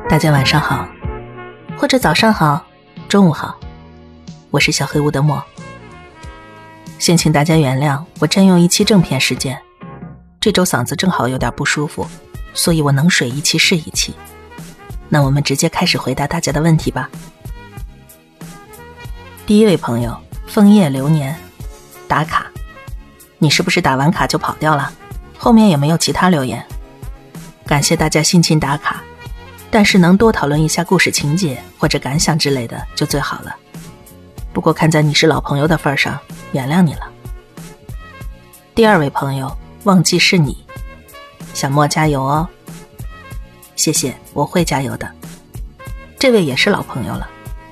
大家晚上好，或者早上好，中午好，我是小黑屋的墨。先请大家原谅我占用一期正片时间，这周嗓子正好有点不舒服，所以我能水一期是一期。那我们直接开始回答大家的问题吧。第一位朋友，枫叶流年打卡，你是不是打完卡就跑掉了？后面也没有其他留言。感谢大家辛勤打卡，但是能多讨论一下故事情节或者感想之类的就最好了。不过看在你是老朋友的份上，原谅你了。第二位朋友，忘记是你，小莫加油哦。谢谢，我会加油的。这位也是老朋友了。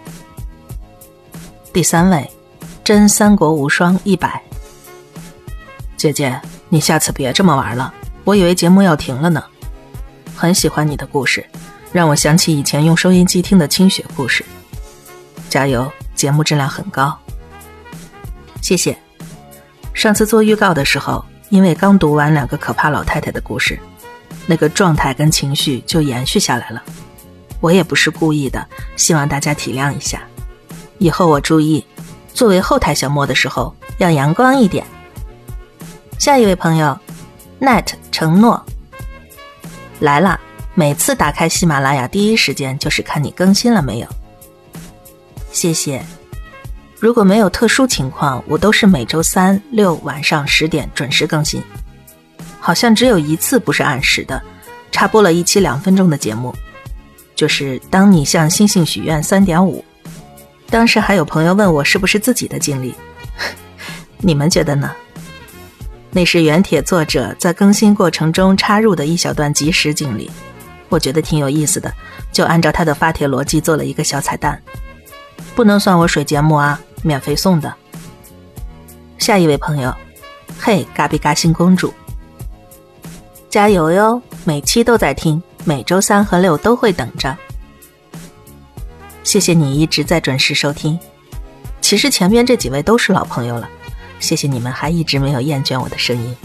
第三位，真三国无双100。姐姐，你下次别这么玩了，我以为节目要停了呢。很喜欢你的故事，让我想起以前用收音机听的清雪故事。加油，节目质量很高。谢谢。上次做预告的时候，因为刚读完2个可怕老太太的故事，那个状态跟情绪就延续下来了。我也不是故意的，希望大家体谅一下。以后我注意，作为后台小莫的时候要阳光一点。下一位朋友 Net 承诺来啦，每次打开喜马拉雅第一时间就是看你更新了没有。谢谢。如果没有特殊情况，我都是每周3、6晚上10点准时更新。好像只有一次不是按时的，插播了一期2分钟的节目，就是当你向星星许愿 3.5。 当时还有朋友问我是不是自己的经历你们觉得呢？那是原帖作者在更新过程中插入的一小段即时经历，我觉得挺有意思的，就按照他的发帖逻辑做了一个小彩蛋。不能算我水节目啊，免费送的。下一位朋友，嘿嘎比嘎星公主，加油哟，每期都在听，每周3和6都会等着。谢谢你一直在准时收听。其实前边这几位都是老朋友了，谢谢你们还一直没有厌倦我的声音。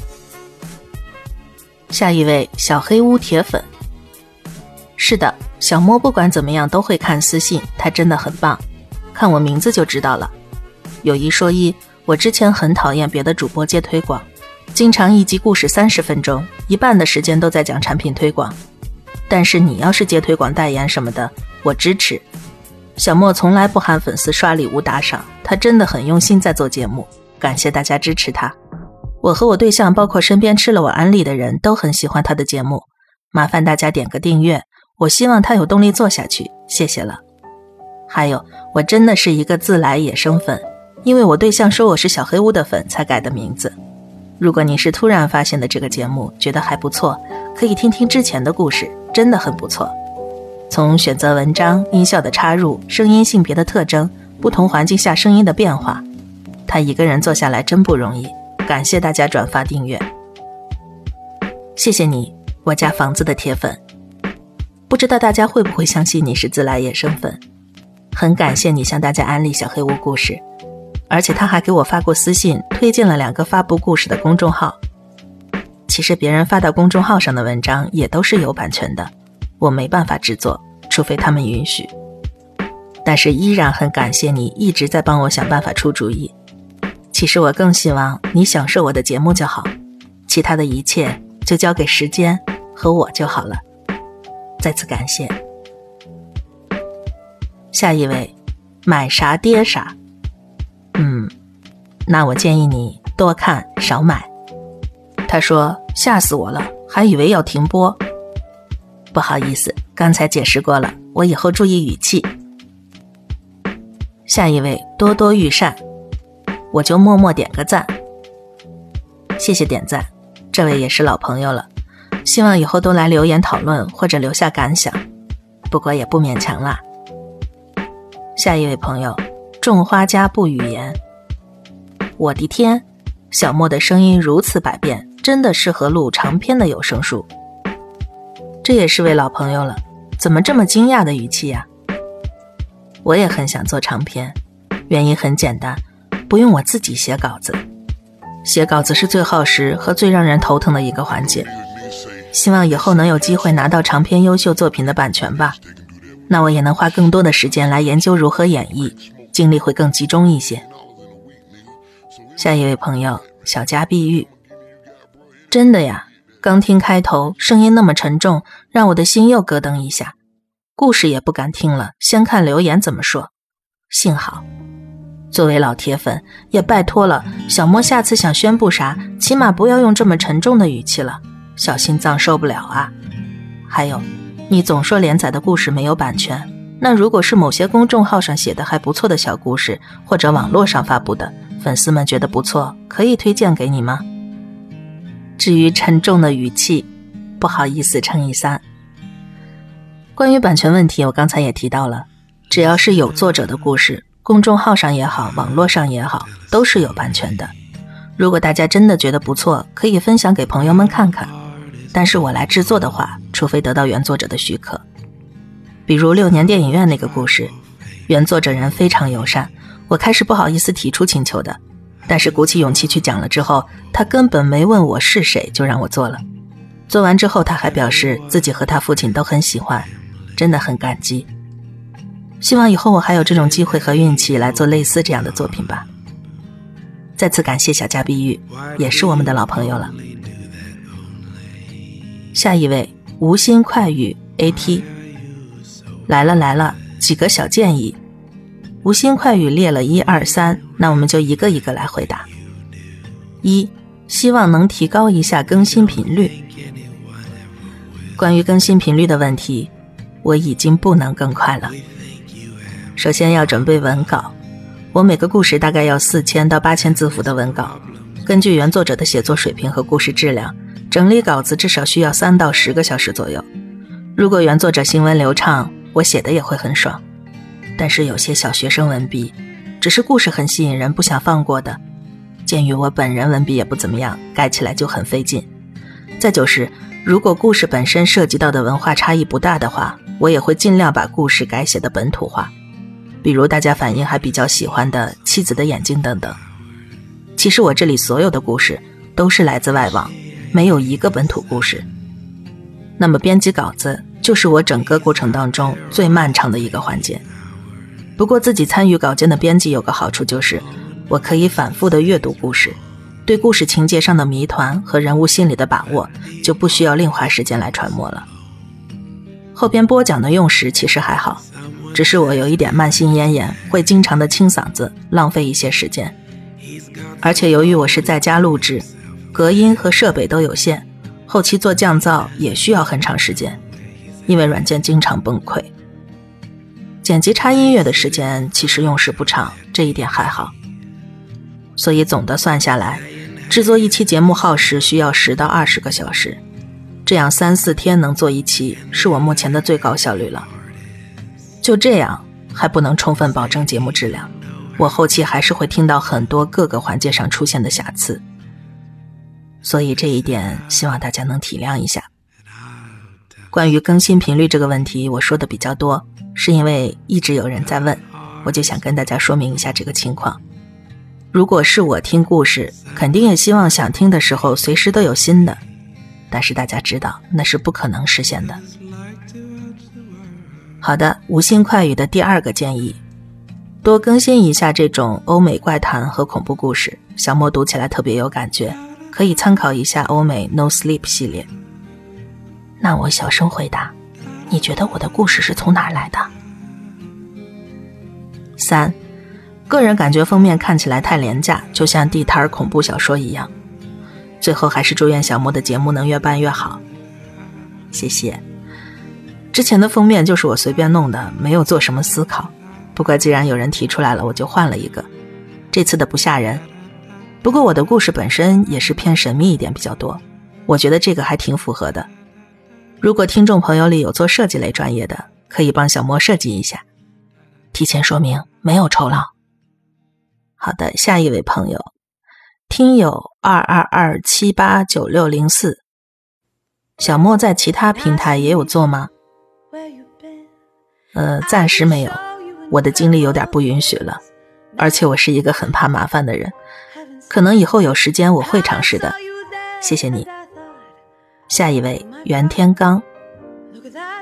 下一位，小黑屋铁粉。是的，小莫不管怎么样都会看私信，他真的很棒，看我名字就知道了。有一说一，我之前很讨厌别的主播接推广，经常一集故事30分钟，一半的时间都在讲产品推广。但是你要是接推广代言什么的，我支持。小莫从来不喊粉丝刷礼物打赏，他真的很用心在做节目，感谢大家支持他。我和我对象包括身边吃了我安利的人都很喜欢他的节目，麻烦大家点个订阅，我希望他有动力做下去，谢谢了。还有，我真的是一个自来野生粉，因为我对象说我是小黑屋的粉才改的名字。如果你是突然发现的这个节目，觉得还不错，可以听听之前的故事，真的很不错。从选择文章、音效的插入、声音性别的特征、不同环境下声音的变化，他一个人做下来真不容易，感谢大家转发订阅。谢谢你，我家房子的铁粉。不知道大家会不会相信你是自来野生粉，很感谢你向大家安利小黑屋故事，而且他还给我发过私信，推荐了2个发布故事的公众号。其实别人发到公众号上的文章也都是有版权的，我没办法制作，除非他们允许。但是依然很感谢你一直在帮我想办法出主意。其实我更希望你享受我的节目就好，其他的一切就交给时间和我就好了。再次感谢。下一位，买啥跌啥。那我建议你多看少买。他说吓死我了，还以为要停播。不好意思，刚才解释过了，我以后注意语气。下一位，多多益善，我就默默点个赞。谢谢点赞，这位也是老朋友了，希望以后都来留言讨论或者留下感想，不过也不勉强啦。下一位朋友，种花家不语言。我的天，小莫的声音如此百变，真的适合录长篇的有声书。这也是位老朋友了，怎么这么惊讶的语气呀？我也很想做长篇，原因很简单，不用我自己写稿子。写稿子是最耗时和最让人头疼的一个环节。希望以后能有机会拿到长篇优秀作品的版权吧， 那我也能花更多的时间来研究如何演绎，精力会更集中一些。下一位朋友小家碧玉，真的呀，刚听开头声音那么沉重，让我的心又咯噔一下，故事也不敢听了，先看留言怎么说。幸好作为老铁粉，也拜托了小莫，下次想宣布啥，起码不要用这么沉重的语气了，小心脏受不了啊。还有，你总说连载的故事没有版权，那如果是某些公众号上写的还不错的小故事，或者网络上发布的，粉丝们觉得不错，可以推荐给你吗？至于沉重的语气，不好意思乘以3。关于版权问题，我刚才也提到了，只要是有作者的故事，公众号上也好，网络上也好，都是有版权的。如果大家真的觉得不错，可以分享给朋友们看看，但是我来制作的话，除非得到原作者的许可。比如6年电影院那个故事，原作者人非常友善，我开始不好意思提出请求的，但是鼓起勇气去讲了之后，他根本没问我是谁就让我做了。做完之后他还表示自己和他父亲都很喜欢，真的很感激。希望以后我还有这种机会和运气来做类似这样的作品吧。再次感谢小家碧玉，也是我们的老朋友了。下一位无心快语 AT， 来了，几个小建议。无心快语列了1、2、3，那我们就一个一个来回答。1，希望能提高一下更新频率。关于更新频率的问题，我已经不能更快了。首先要准备文稿，我每个故事大概要4000到8000字符的文稿，根据原作者的写作水平和故事质量，整理稿子至少需要3到10个小时左右。如果原作者行文流畅，我写的也会很爽。但是有些小学生文笔，只是故事很吸引人，不想放过的，鉴于我本人文笔也不怎么样，改起来就很费劲。再就是如果故事本身涉及到的文化差异不大的话，我也会尽量把故事改写的本土化，比如大家反应还比较喜欢的妻子的眼睛等等。其实我这里所有的故事都是来自外网，没有一个本土故事。那么编辑稿子就是我整个过程当中最漫长的一个环节。不过自己参与稿件的编辑有个好处，就是我可以反复的阅读故事，对故事情节上的谜团和人物心理的把握就不需要另花时间来揣摩了。后边播讲的用时其实还好，只是我有一点慢性咽炎，会经常的清嗓子，浪费一些时间。而且由于我是在家录制，隔音和设备都有限，后期做降噪也需要很长时间，因为软件经常崩溃。剪辑插音乐的时间其实用时不长，这一点还好。所以总的算下来，制作一期节目耗时需要10到20个小时，这样3、4天能做一期，是我目前的最高效率了。就这样还不能充分保证节目质量，我后期还是会听到很多各个环节上出现的瑕疵，所以这一点希望大家能体谅一下。关于更新频率这个问题，我说的比较多，是因为一直有人在问，我就想跟大家说明一下这个情况。如果是我听故事，肯定也希望想听的时候随时都有新的，但是大家知道那是不可能实现的。好的，无心快语的第2个建议，多更新一下这种欧美怪谈和恐怖故事，小莫读起来特别有感觉，可以参考一下欧美 No Sleep 系列。那我小声回答，你觉得我的故事是从哪儿来的？3，个人感觉封面看起来太廉价，就像地摊恐怖小说一样。最后还是祝愿小莫的节目能越办越好，谢谢。之前的封面就是我随便弄的，没有做什么思考，不过既然有人提出来了，我就换了一个。这次的不吓人，不过我的故事本身也是偏神秘一点比较多，我觉得这个还挺符合的。如果听众朋友里有做设计类专业的，可以帮小莫设计一下，提前说明没有酬劳。好的，下一位朋友听友222789604，小莫在其他平台也有做吗？暂时没有，我的精力有点不允许了，而且我是一个很怕麻烦的人，可能以后有时间我会尝试的，谢谢你。下一位袁天罡，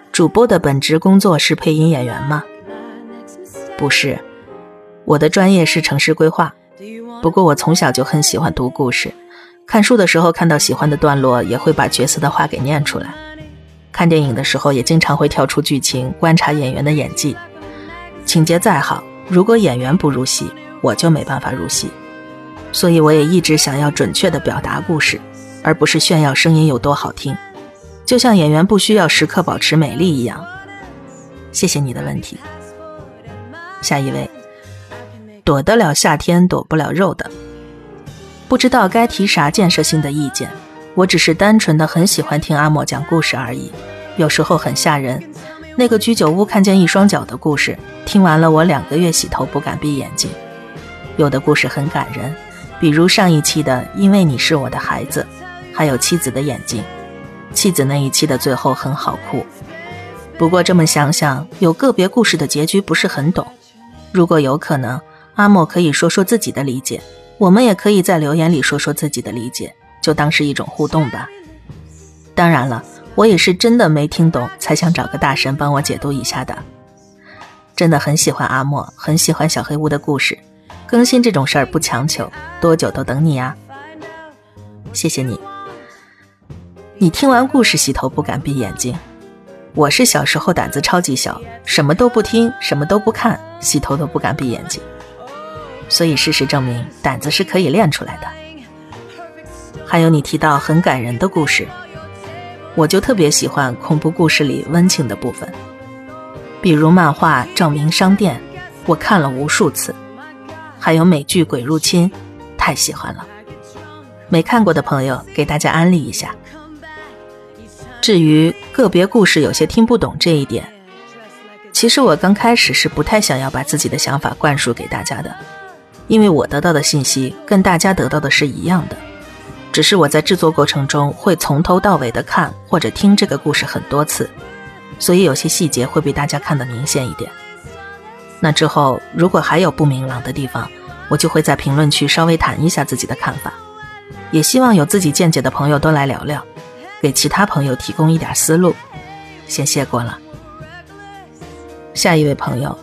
主播的本职工作是配音演员吗？不是，我的专业是城市规划，不过我从小就很喜欢读故事，看书的时候看到喜欢的段落也会把角色的话给念出来，看电影的时候也经常会跳出剧情观察演员的演技，情节再好，如果演员不入戏，我就没办法入戏，所以我也一直想要准确地表达故事，而不是炫耀声音有多好听，就像演员不需要时刻保持美丽一样。谢谢你的问题。下一位，躲得了夏天躲不了肉的，不知道该提啥建设性的意见，我只是单纯的很喜欢听阿莫讲故事而已，有时候很吓人，那个居酒屋看见一双脚的故事，听完了我2个月洗头不敢闭眼睛。有的故事很感人，比如上一期的因为你是我的孩子，还有妻子的眼睛，妻子那一期的最后很好哭。不过这么想想，有个别故事的结局不是很懂，如果有可能，阿莫可以说说自己的理解，我们也可以在留言里说说自己的理解，就当是一种互动吧。当然了，我也是真的没听懂才想找个大神帮我解读一下的。真的很喜欢阿莫，很喜欢小黑屋的故事，更新这种事儿不强求，多久都等你啊。谢谢你。你听完故事洗头不敢闭眼睛，我是小时候胆子超级小，什么都不听，什么都不看，洗头都不敢闭眼睛，所以事实证明胆子是可以练出来的。还有你提到很感人的故事，我就特别喜欢恐怖故事里温情的部分，比如漫画《照明商店》，我看了无数次，还有美剧《鬼入侵》，太喜欢了。没看过的朋友给大家安利一下。至于个别故事有些听不懂这一点，其实我刚开始是不太想要把自己的想法灌输给大家的，因为我得到的信息跟大家得到的是一样的，只是我在制作过程中会从头到尾的看或者听这个故事很多次，所以有些细节会比大家看得明显一点。那之后如果还有不明朗的地方，我就会在评论区稍微谈一下自己的看法，也希望有自己见解的朋友都来聊聊，给其他朋友提供一点思路，先谢过了。下一位朋友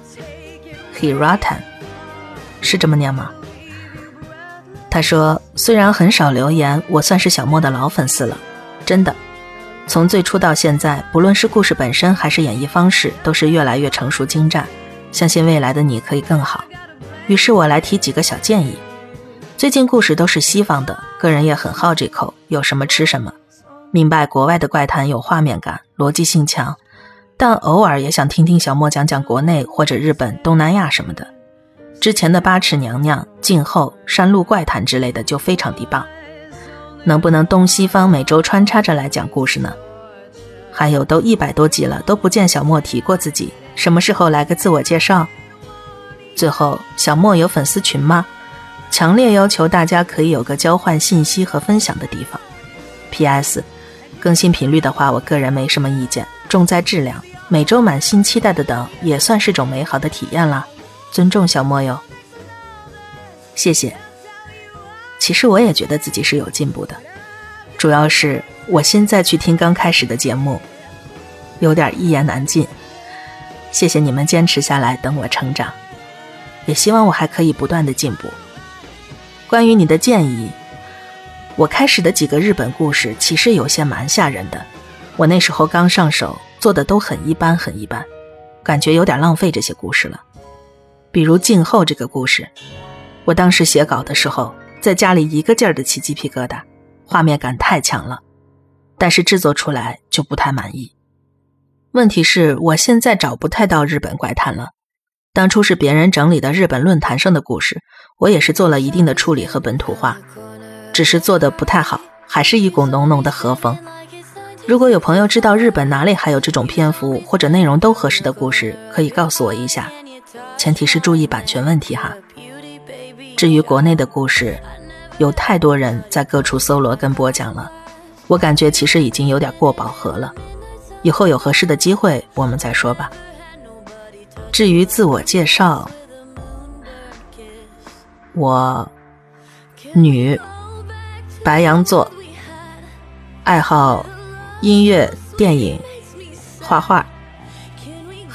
Hiratan 是这么念吗？他说虽然很少留言，我算是小莫的老粉丝了，真的，从最初到现在，不论是故事本身还是演绎方式，都是越来越成熟精湛，相信未来的你可以更好。于是我来提几个小建议。最近故事都是西方的，个人也很好这口，有什么吃什么，明白国外的怪谈有画面感，逻辑性强，但偶尔也想听听小莫讲讲国内或者日本、东南亚什么的。之前的八尺娘娘、静候、山路怪谈之类的就非常的棒，能不能东西方每周穿插着来讲故事呢？还有都100多集了，都不见小莫提过自己，什么时候来个自我介绍？最后，小莫有粉丝群吗？强烈要求大家可以有个交换信息和分享的地方。PS， 更新频率的话，我个人没什么意见，重在质量，每周满心期待的等也算是种美好的体验啦，尊重小莫哟。谢谢。其实我也觉得自己是有进步的，主要是我现在去听刚开始的节目，有点一言难尽。谢谢你们坚持下来等我成长，也希望我还可以不断的进步。关于你的建议，我开始的几个日本故事其实有些蛮吓人的，我那时候刚上手，做的都很一般很一般，感觉有点浪费这些故事了。比如静候这个故事，我当时写稿的时候在家里一个劲儿的起鸡皮疙瘩，画面感太强了，但是制作出来就不太满意。问题是我现在找不太到日本怪谈了，当初是别人整理的日本论坛上的故事，我也是做了一定的处理和本土化，只是做的不太好，还是一股浓浓的和风。如果有朋友知道日本哪里还有这种篇幅或者内容都合适的故事，可以告诉我一下，前提是注意版权问题哈。至于国内的故事，有太多人在各处搜罗跟播讲了，我感觉其实已经有点过饱和了，以后有合适的机会我们再说吧。至于自我介绍，我女，白羊座，爱好音乐、电影、画画，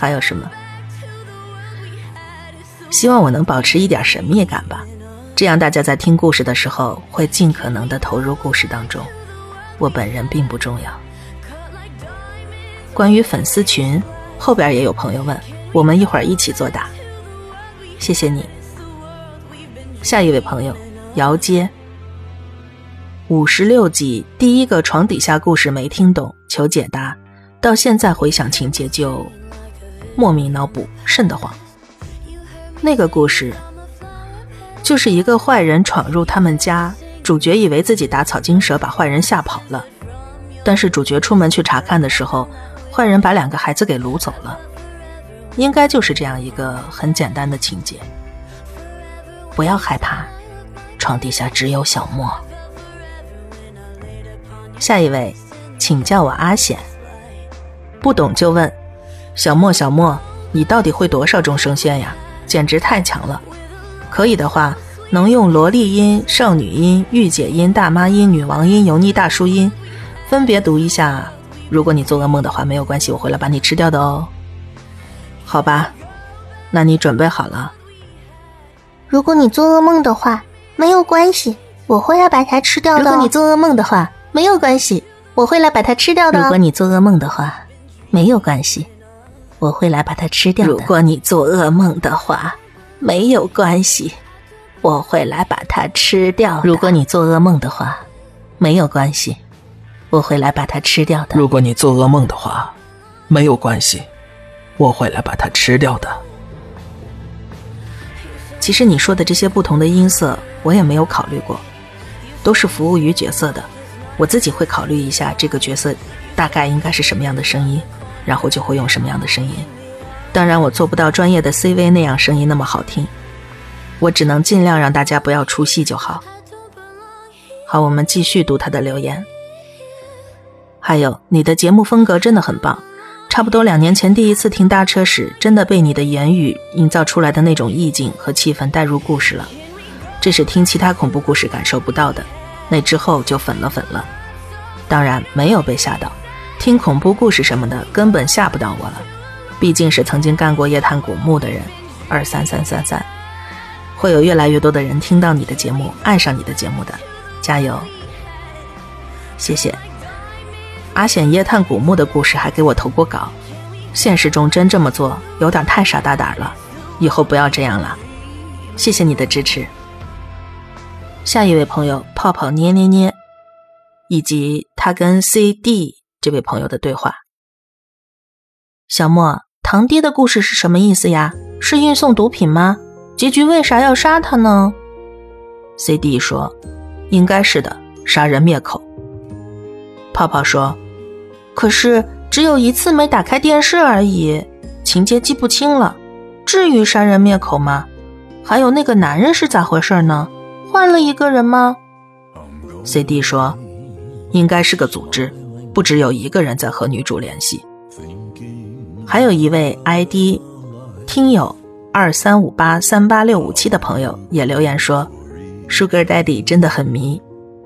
还有什么？希望我能保持一点神秘感吧，这样大家在听故事的时候会尽可能地投入故事当中，我本人并不重要。关于粉丝群，后边也有朋友问，我们一会儿一起作答。谢谢你。下一位朋友姚街，56集第一个床底下故事没听懂，求解答，到现在回想情节就莫名脑补，瘆得慌。那个故事就是一个坏人闯入他们家，主角以为自己打草惊蛇把坏人吓跑了，但是主角出门去查看的时候，坏人把2个孩子给掳走了。应该就是这样一个很简单的情节。不要害怕，床底下只有小莫。下一位，请叫我阿显。不懂就问，小莫小莫，你到底会多少种声线呀？简直太强了。可以的话，能用萝莉音、少女音、御姐音、大妈音、女王音、油腻大叔音分别读一下。如果你做噩梦的话，没有关系，我会来把你吃掉的哦。好吧，那你准备好了？ 如果你做噩梦的话，没有关系，我会来把它吃掉的。 如果你做噩梦的话，没有关系，我会来把它吃掉的。 如果你做噩梦的话，没有关系，我会来把它吃掉的。 如果你做噩梦的话，没有关系，我会来把它吃掉的。 如果你做噩梦的话，没有关系，我会来把它吃掉的。 如果你做噩梦的话，没有关系，我会来把它吃掉的。 其实你说的这些不同的音色我也没有考虑过，都是服务于角色的，我自己会考虑一下这个角色大概应该是什么样的声音，然后就会用什么样的声音。当然我做不到专业的 CV 那样声音那么好听，我只能尽量让大家不要出戏就好。好，我们继续读他的留言。还有，你的节目风格真的很棒，差不多2年前第一次听搭车时，真的被你的言语营造出来的那种意境和气氛带入故事了，这是听其他恐怖故事感受不到的，那之后就粉了。当然没有被吓到，听恐怖故事什么的根本吓不到我了，毕竟是曾经干过夜探古墓的人。23333，会有越来越多的人听到你的节目，爱上你的节目的，加油！谢谢。阿显夜探古墓的故事还给我投过稿，现实中真这么做有点太傻大胆了，以后不要这样了。谢谢你的支持。下一位朋友泡泡捏捏捏，以及他跟 CD 这位朋友的对话。小莫，堂爹的故事是什么意思呀？是运送毒品吗？结局为啥要杀他呢？ CD 说，应该是的，杀人灭口。泡泡说，可是只有1次没打开电视而已，情节记不清了，至于杀人灭口吗？还有那个男人是咋回事呢？换了一个人吗？ CD 说，应该是个组织，不只有一个人在和女主联系。还有一位 ID 听友2358385657的朋友也留言说， Sugar Daddy 真的很迷。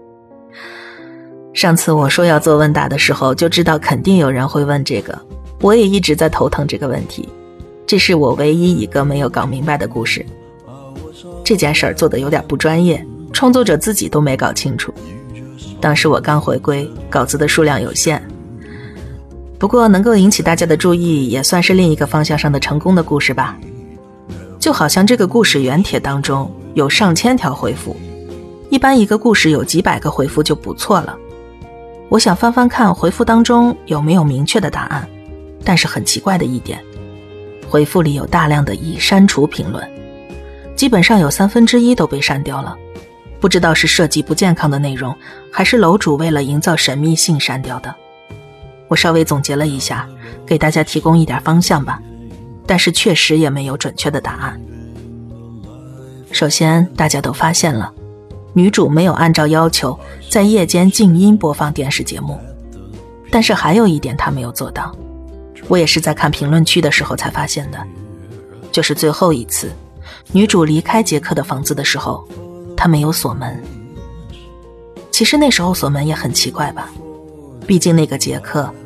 上次我说要做问答的时候，就知道肯定有人会问这个，我也一直在头疼这个问题，这是我唯一一个没有搞明白的故事。这件事儿做得有点不专业，创作者自己都没搞清楚。当时我刚回归，稿子的数量有限，不过能够引起大家的注意，也算是另一个方向上的成功的故事吧。就好像这个故事原帖当中有上千条回复，一般一个故事有几百个回复就不错了。我想翻翻看回复当中有没有明确的答案，但是很奇怪的一点，回复里有大量的已删除评论，基本上有1/3都被删掉了，不知道是涉及不健康的内容，还是楼主为了营造神秘性删掉的。我稍微总结了一下，给大家提供一点方向吧，但是确实也没有准确的答案。首先，大家都发现了，女主没有按照要求在夜间静音播放电视节目，但是还有一点她没有做到，我也是在看评论区的时候才发现的，就是最后一次女主离开杰克的房子的时候，她没有锁门。其实那时候锁门也很奇怪吧，毕竟那个杰克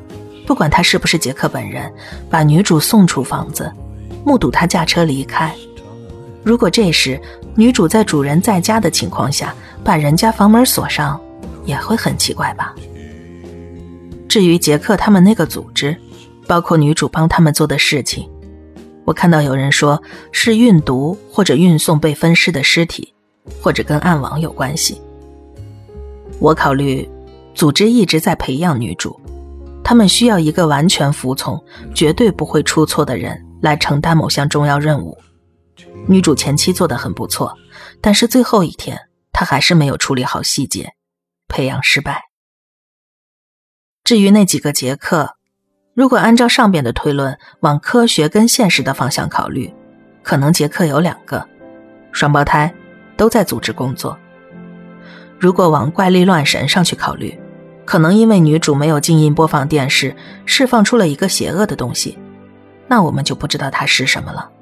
不管他是不是杰克本人，把女主送出房子，目睹她驾车离开。如果这时女主在主人在家的情况下把人家房门锁上，也会很奇怪吧。至于杰克他们那个组织，包括女主帮他们做的事情，我看到有人说是运毒或者运送被分尸的尸体，或者跟暗网有关系。我考虑组织一直在培养女主，他们需要一个完全服从绝对不会出错的人来承担某项重要任务。女主前期做得很不错，但是最后一天她还是没有处理好细节，培养失败。至于那几个杰克，如果按照上边的推论往科学跟现实的方向考虑，可能杰克有2个双胞胎，都在组织工作。如果往怪力乱神上去考虑，可能因为女主没有静音播放电视，释放出了一个邪恶的东西，那我们就不知道它是什么了。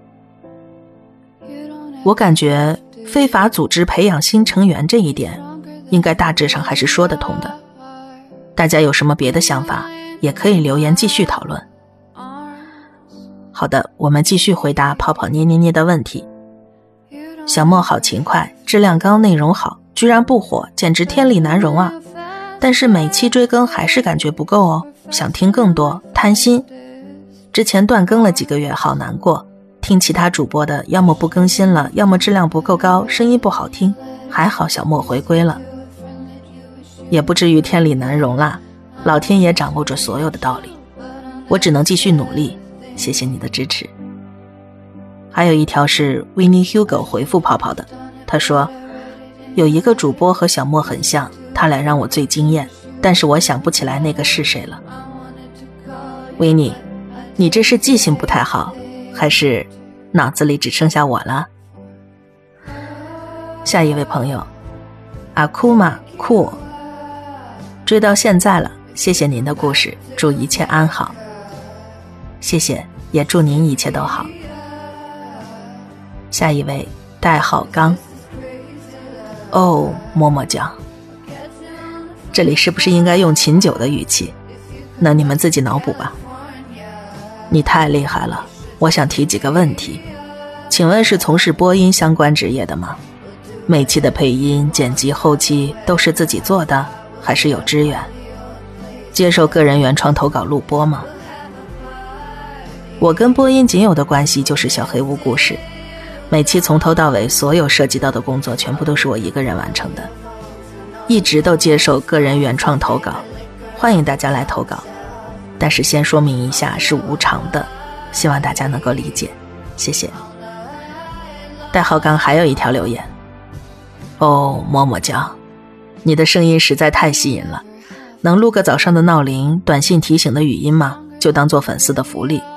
我感觉非法组织培养新成员这一点应该大致上还是说得通的，大家有什么别的想法也可以留言继续讨论。好的，我们继续回答泡泡捏捏捏的问题。小莫好勤快，质量高，内容好，居然不火，简直天理难容啊！但是每期追更还是感觉不够哦，想听更多，贪心。之前断更了几个月，好难过。听其他主播的，要么不更新了，要么质量不够高，声音不好听。还好小莫回归了，也不至于天理难容啦。老天爷掌握着所有的道理，我只能继续努力。谢谢你的支持。还有一条是 Winnie Hugo 回复泡泡的，他说有一个主播和小莫很像，他俩让我最惊艳，但是我想不起来那个是谁了。Winnie， 你这是记性不太好，还是脑子里只剩下我了？下一位朋友阿库玛库，追到现在了，谢谢您的故事，祝一切安好。谢谢，也祝您一切都好。下一位代号刚，哦，默默酱，这里是不是应该用秦九的语气？那你们自己脑补吧。你太厉害了，我想提几个问题。请问是从事播音相关职业的吗？每期的配音、剪辑、后期都是自己做的，还是有支援？接受个人原创投稿录播吗？我跟播音仅有的关系就是小黑屋故事，每期从头到尾所有涉及到的工作全部都是我一个人完成的，一直都接受个人原创投稿，欢迎大家来投稿，但是先说明一下是无偿的，希望大家能够理解，谢谢。代号刚还有一条留言，哦，默默酱，你的声音实在太吸引了，能录个早上的闹铃、短信提醒的语音吗？就当做粉丝的福利。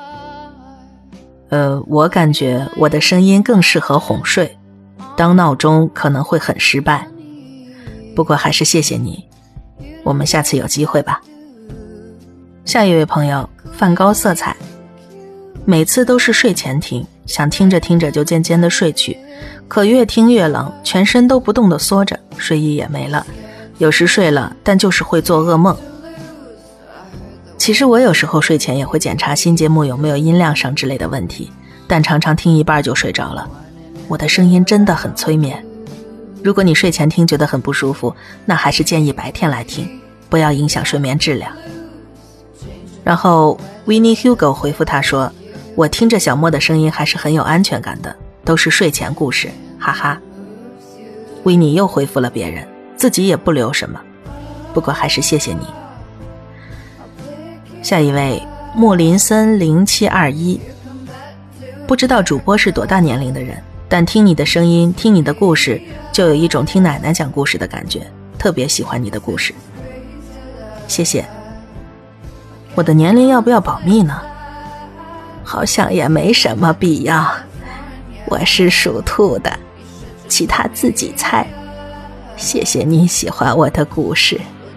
我感觉我的声音更适合哄睡，当闹钟可能会很失败，不过还是谢谢你，我们下次有机会吧。下一位朋友梵高色彩，每次都是睡前听，想听着听着就渐渐的睡去，可越听越冷，全身都不动的缩着，睡意也没了，有时睡了但就是会做噩梦。其实我有时候睡前也会检查新节目有没有音量上之类的问题，但常常听一半就睡着了。我的声音真的很催眠，如果你睡前听觉得很不舒服，那还是建议白天来听，不要影响睡眠质量。然后 Winnie Hugo 回复他说，我听着小莫的声音还是很有安全感的，都是睡前故事，哈哈。Winnie 又回复了别人，自己也不留什么，不过还是谢谢你。下一位莫林森0721，不知道主播是多大年龄的人，但听你的声音，听你的故事，就有一种听奶奶讲故事的感觉，特别喜欢你的故事。谢谢。我的年龄要不要保密呢？好像也没什么必要，我是属兔的，其他自己猜。谢谢你喜欢我的故事。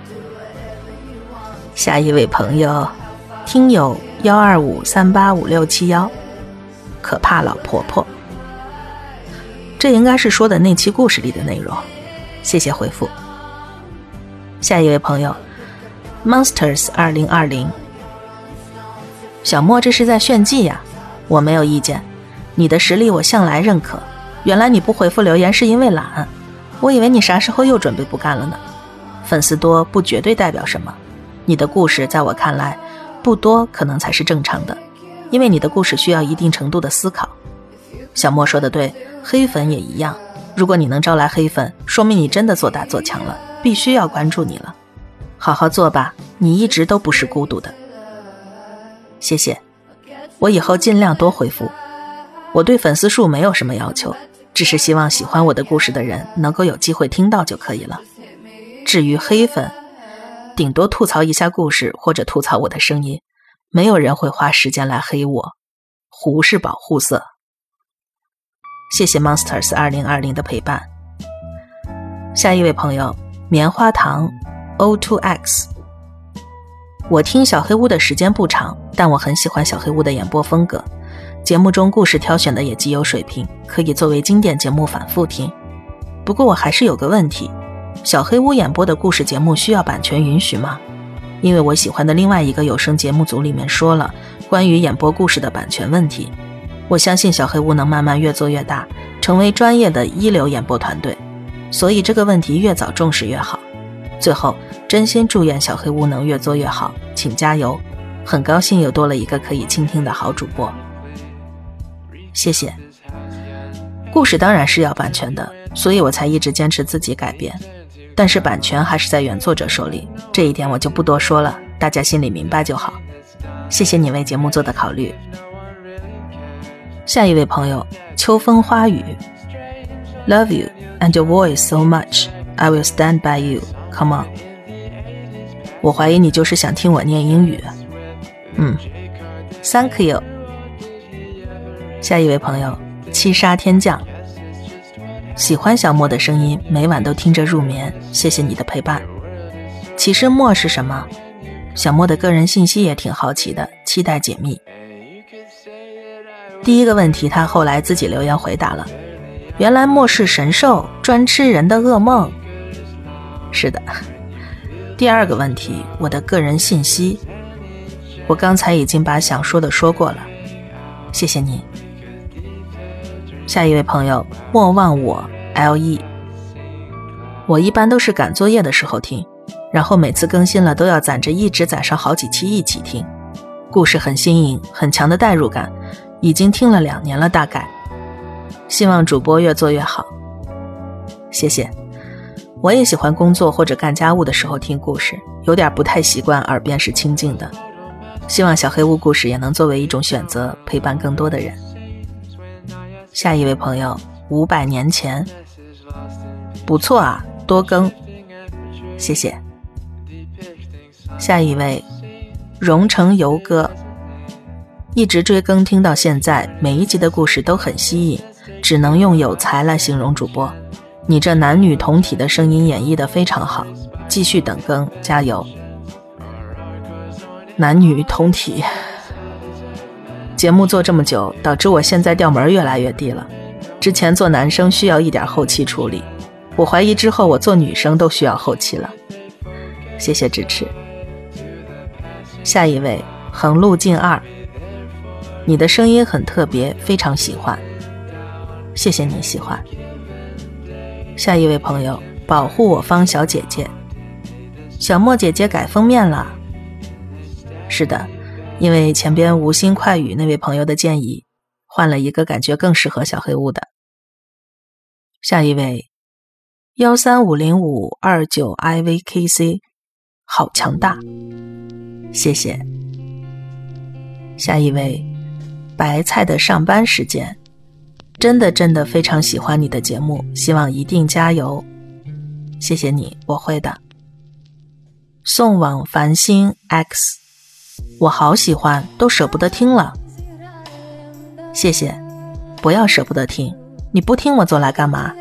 下一位朋友听友125385671，可怕老婆婆，这应该是说的那期故事里的内容，谢谢回复。下一位朋友 Monsters2020， 小莫这是在炫技呀，我没有意见，你的实力我向来认可。原来你不回复留言是因为懒，我以为你啥时候又准备不干了呢。粉丝多不绝对代表什么，你的故事在我看来不多可能才是正常的，因为你的故事需要一定程度的思考。小莫说的对，黑粉也一样，如果你能招来黑粉，说明你真的做大做强了，必须要关注你了。好好做吧，你一直都不是孤独的。谢谢，我以后尽量多回复。我对粉丝数没有什么要求，只是希望喜欢我的故事的人能够有机会听到就可以了。至于黑粉，顶多吐槽一下故事或者吐槽我的声音，没有人会花时间来黑我。糊是保护色。谢谢 Monsters 2020的陪伴。下一位朋友棉花糖 O2X， 我听小黑屋的时间不长，但我很喜欢小黑屋的演播风格，节目中故事挑选的也极有水平，可以作为经典节目反复听。不过我还是有个问题，小黑屋演播的故事节目需要版权允许吗？因为我喜欢的另外一个有声节目组里面说了关于演播故事的版权问题。我相信小黑屋能慢慢越做越大，成为专业的一流演播团队，所以这个问题越早重视越好。最后真心祝愿小黑屋能越做越好，请加油，很高兴又多了一个可以倾听的好主播。谢谢。故事当然是要版权的，所以我才一直坚持自己改编，但是版权还是在原作者手里，这一点我就不多说了，大家心里明白就好。谢谢你为节目做的考虑。下一位朋友秋风花雨 Love you and your voice so much, I will stand by you, come on。 我怀疑你就是想听我念英语。Thank you。 下一位朋友七杀天将，喜欢小莫的声音，每晚都听着入眠，谢谢你的陪伴。其实莫是什么？小莫的个人信息也挺好奇的，期待解密。第一个问题他后来自己留言回答了，原来莫是神兽，专吃人的噩梦。是的。第二个问题，我的个人信息，我刚才已经把想说的说过了，谢谢你。下一位朋友莫忘我 LE， 我一般都是赶作业的时候听，然后每次更新了都要攒着一直攒上好几期一起听，故事很新颖，很强的代入感，已经听了2年了大概，希望主播越做越好。谢谢。我也喜欢工作或者干家务的时候听故事，有点不太习惯耳边是清静的，希望小黑屋故事也能作为一种选择，陪伴更多的人。下一位朋友500年前，不错啊，多更，谢谢。下一位荣成游哥，一直追更听到现在，每一集的故事都很吸引，只能用有才来形容主播，你这男女同体的声音演绎得非常好，继续等更，加油。男女同体，节目做这么久，导致我现在调门越来越低了。之前做男生需要一点后期处理，我怀疑之后我做女生都需要后期了。谢谢支持。下一位横路径2，你的声音很特别，非常喜欢，谢谢你喜欢。下一位朋友保护我方小姐姐，小莫姐姐改封面了。是的，因为前边无心快语那位朋友的建议，换了一个感觉更适合小黑屋的。下一位1350529IVKC， 好强大，谢谢。下一位白菜的上班时间，真的非常喜欢你的节目，希望一定加油，谢谢你，我会的。送往繁星 X， 我好喜欢，都舍不得听了，谢谢，不要舍不得听，你不听我做来干嘛？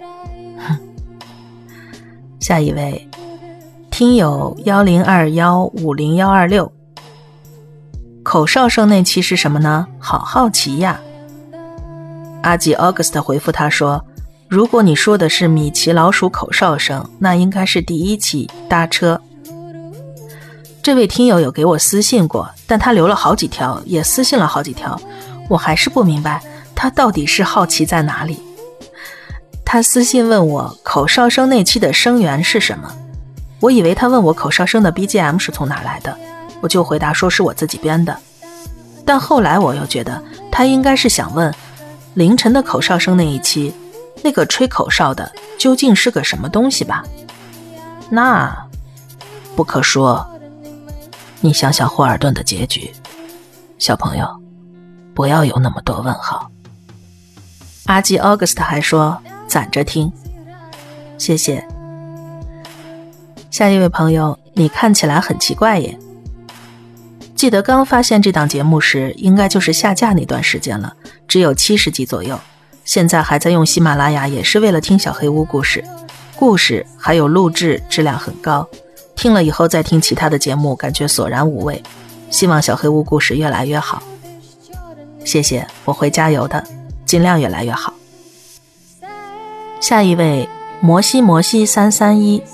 下一位听友102150126，口哨声那期是什么呢？好好奇呀。阿吉 August 回复他说，如果你说的是米奇老鼠口哨声，那应该是第1期搭车。 这位听友有给我私信过，但他留了好几条，也私信了好几条，我还是不明白他到底是好奇在哪里。他私信问我口哨声那期的声源是什么，我以为他问我口哨声的 BGM 是从哪来的，我就回答说是我自己编的。但后来我又觉得他应该是想问凌晨的口哨声那一期，那个吹口哨的究竟是个什么东西吧。那不可说，你想想霍尔顿的结局，小朋友，不要有那么多问号。阿基 August 还说攒着听，谢谢。下一位朋友，你看起来很奇怪耶。记得刚发现这档节目时，应该就是下架那段时间了，只有70集左右。现在还在用喜马拉雅，也是为了听小黑屋故事，故事还有录制质量很高。听了以后再听其他的节目，感觉索然无味。希望小黑屋故事越来越好。谢谢，我会加油的，尽量越来越好。下一位摩西331，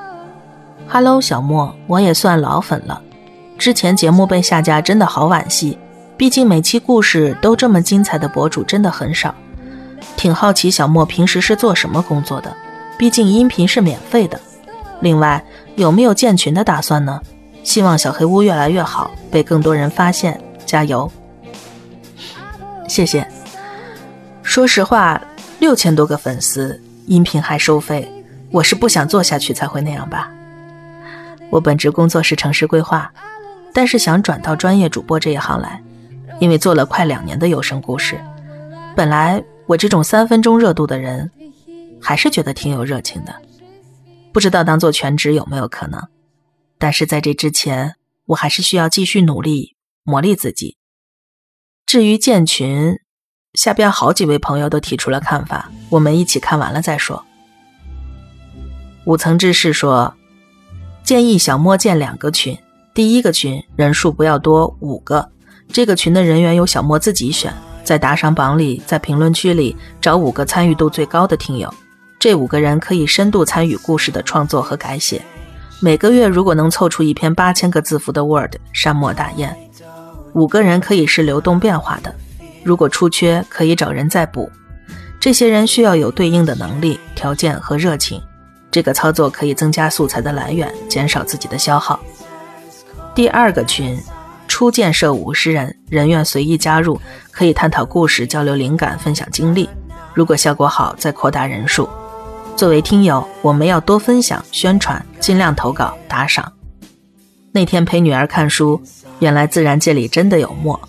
Hello 小莫，我也算老粉了。之前节目被下架真的好惋惜，毕竟每期故事都这么精彩的博主真的很少。挺好奇小莫平时是做什么工作的，毕竟音频是免费的。另外有没有建群的打算呢？希望小黑屋越来越好，被更多人发现，加油。谢谢。说实话，6000多个粉丝，音频还收费，我是不想做下去才会那样吧。我本职工作是城市规划，但是想转到专业主播这一行来，因为做了快2年的有声故事，本来我这种3分钟热度的人，还是觉得挺有热情的。不知道当做全职有没有可能，但是在这之前，我还是需要继续努力磨砺自己。至于建群，下边好几位朋友都提出了看法，我们一起看完了再说。五层之士说，建议小莫建2个群，第一个群人数不要多5个，这个群的人员由小莫自己选，在打赏榜里，在评论区里找5个参与度最高的听友，这5个人可以深度参与故事的创作和改写。每个月如果能凑出一篇8000个字符的 Word， 善莫大焉。5个人可以是流动变化的，如果出缺可以找人再补。这些人需要有对应的能力、条件和热情，这个操作可以增加素材的来源，减少自己的消耗。第2个群初建设50人，人愿随意加入，可以探讨故事、交流灵感、分享经历，如果效果好再扩大人数。作为听友，我们要多分享宣传，尽量投稿打赏。那天陪女儿看书，原来自然界里真的有墨。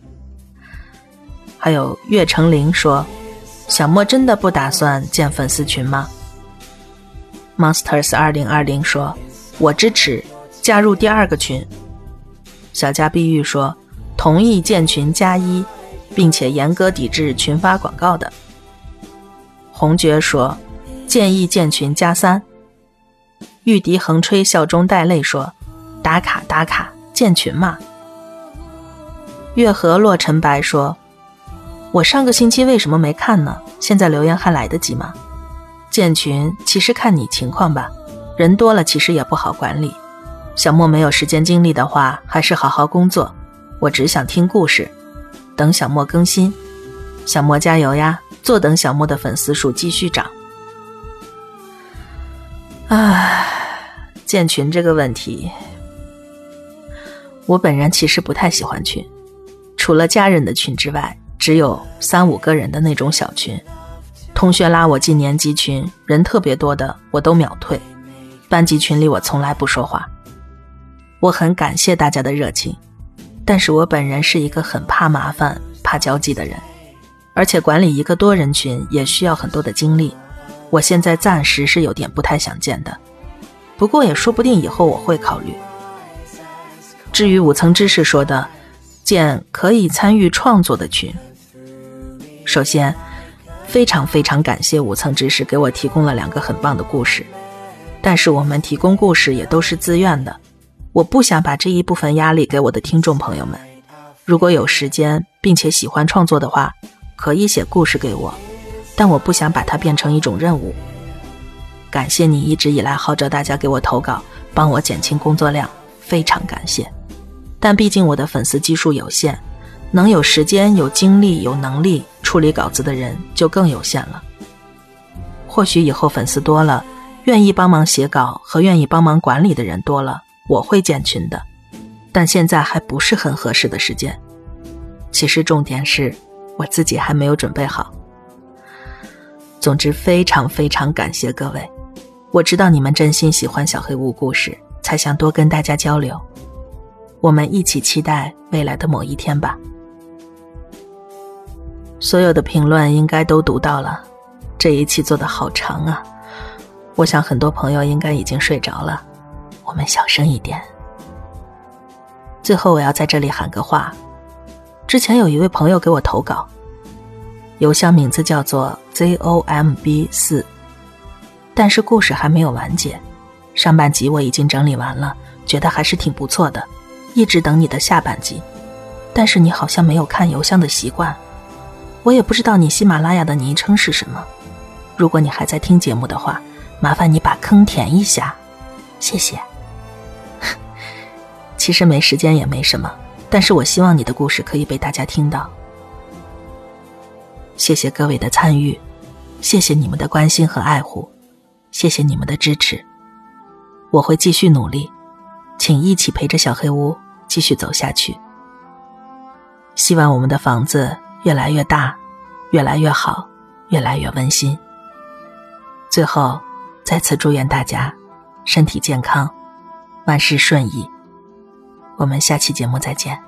还有岳成林说，小莫真的不打算建粉丝群吗？ Monsters 2020说，我支持，加入第2个群。小家碧玉说，同意建群+1，并且严格抵制群发广告的。红爵说，建议建群+3。玉笛横吹笑中带泪说，打卡打卡，建群嘛。月河落尘白说，我上个星期为什么没看呢？现在留言还来得及吗？建群其实看你情况吧，人多了其实也不好管理。小莫没有时间精力的话，还是好好工作。我只想听故事，等小莫更新。小莫加油呀，坐等小莫的粉丝数继续涨。建群这个问题，我本人其实不太喜欢群，除了家人的群之外，只有3-5个人的那种小群。同学拉我进年级群，人特别多的我都秒退，班级群里我从来不说话。我很感谢大家的热情，但是我本人是一个很怕麻烦、怕交际的人，而且管理一个多人群也需要很多的精力，我现在暂时是有点不太想建的，不过也说不定以后我会考虑。至于5层知识说的建可以参与创作的群，首先非常非常感谢5层知识给我提供了2个很棒的故事，但是我们提供故事也都是自愿的，我不想把这一部分压力给我的听众朋友们。如果有时间并且喜欢创作的话，可以写故事给我，但我不想把它变成一种任务。感谢你一直以来号召大家给我投稿，帮我减轻工作量， 非常感谢。但毕竟我的粉丝基数有限，能有时间、有精力、有能力处理稿子的人就更有限了。或许以后粉丝多了，愿意帮忙写稿和愿意帮忙管理的人多了，我会建群的。但现在还不是很合适的时间。其实重点是我自己还没有准备好。总之非常非常感谢各位，我知道你们真心喜欢小黑屋故事，才想多跟大家交流。我们一起期待未来的某一天吧。所有的评论应该都读到了，这一期做得好长啊，我想很多朋友应该已经睡着了，我们小声一点。最后我要在这里喊个话，之前有一位朋友给我投稿，邮箱名字叫做 ZOMB4， 但是故事还没有完结，上半集我已经整理完了，觉得还是挺不错的，一直等你的下半集，但是你好像没有看邮箱的习惯，我也不知道你喜马拉雅的昵称是什么，如果你还在听节目的话，麻烦你把坑填一下，谢谢。其实没时间也没什么，但是我希望你的故事可以被大家听到。谢谢各位的参与，谢谢你们的关心和爱护，谢谢你们的支持，我会继续努力，请一起陪着小黑屋继续走下去。希望我们的房子越来越大，越来越好，越来越温馨。最后再次祝愿大家身体健康，万事顺意。我们下期节目再见。